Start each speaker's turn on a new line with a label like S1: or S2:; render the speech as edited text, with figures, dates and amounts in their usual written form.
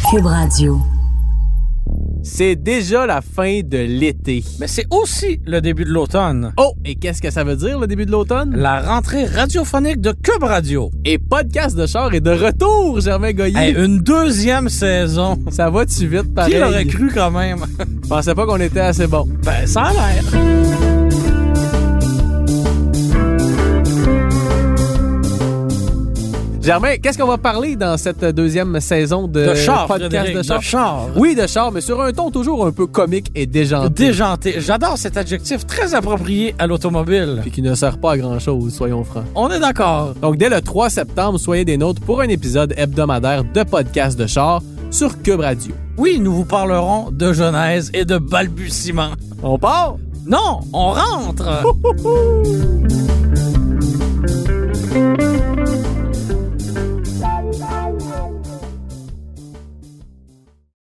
S1: Cube Radio.
S2: C'est déjà la fin de l'été.
S3: Mais c'est aussi le début de l'automne.
S2: Oh, et qu'est-ce que ça veut dire, le début de l'automne?
S3: La rentrée radiophonique de Cube Radio.
S2: Et Podcast de char est de retour, Germain Goyer.
S3: Hey, une deuxième saison.
S2: Ça va-tu vite, pareil?
S3: Qui l'aurait cru quand même?
S2: Je pensais pas qu'on était assez bon.
S3: Ben, ça a l'air.
S2: Germain, qu'est-ce qu'on va parler dans cette deuxième saison de
S3: char,
S2: Podcast
S3: Frédéric,
S2: de char?
S3: de char.
S2: Oui, de char, mais sur un ton toujours un peu comique et déjanté.
S3: Déjanté. J'adore cet adjectif très approprié à l'automobile.
S2: Puis qui ne sert pas à grand-chose, soyons francs.
S3: On est d'accord.
S2: Donc, dès le 3 septembre, soyez des nôtres pour un épisode hebdomadaire de Podcast de char sur Cube Radio.
S3: Oui, nous vous parlerons de genèse et de balbutiement.
S2: On part?
S3: Non, on rentre!